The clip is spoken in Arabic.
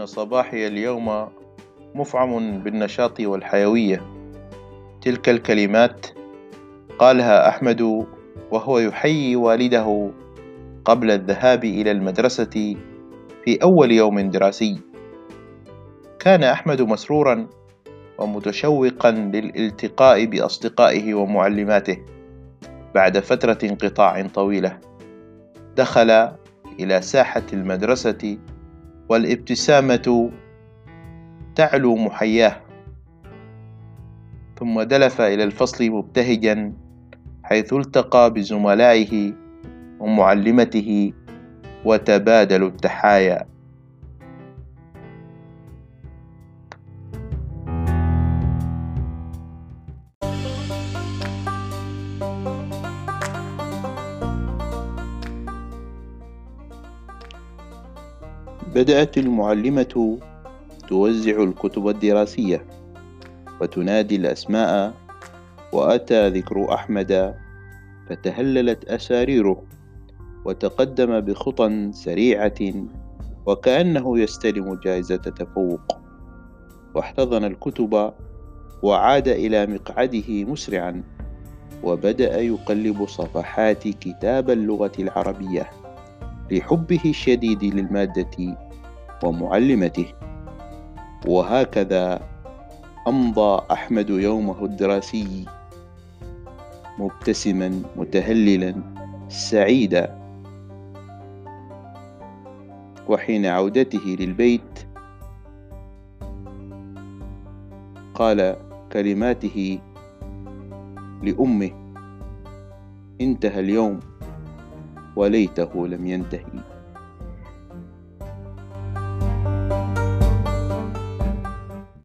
إن صباحي اليوم مفعم بالنشاط والحيوية. تلك الكلمات قالها أحمد وهو يحيي والده قبل الذهاب إلى المدرسة في أول يوم دراسي. كان أحمد مسرورا ومتشوقا للالتقاء بأصدقائه ومعلماته بعد فترة انقطاع طويلة. دخل إلى ساحة المدرسة والابتسامة تعلو محياه، ثم دلف إلى الفصل مبتهجا حيث التقى بزملائه ومعلمته وتبادلوا التحايا. بدأت المعلمة توزع الكتب الدراسية وتنادي الأسماء، وأتى ذكر أحمد فتهللت أساريره وتقدم بخطى سريعة وكأنه يستلم جائزة تفوق، واحتضن الكتب وعاد إلى مقعده مسرعا وبدأ يقلب صفحات كتاب اللغة العربية لحبه الشديد للمادة ومعلمته. وهكذا أمضى أحمد يومه الدراسي مبتسما متهللا سعيدا. وحين عودته للبيت قال كلماته لأمه: انتهى اليوم وليته لم ينتهي.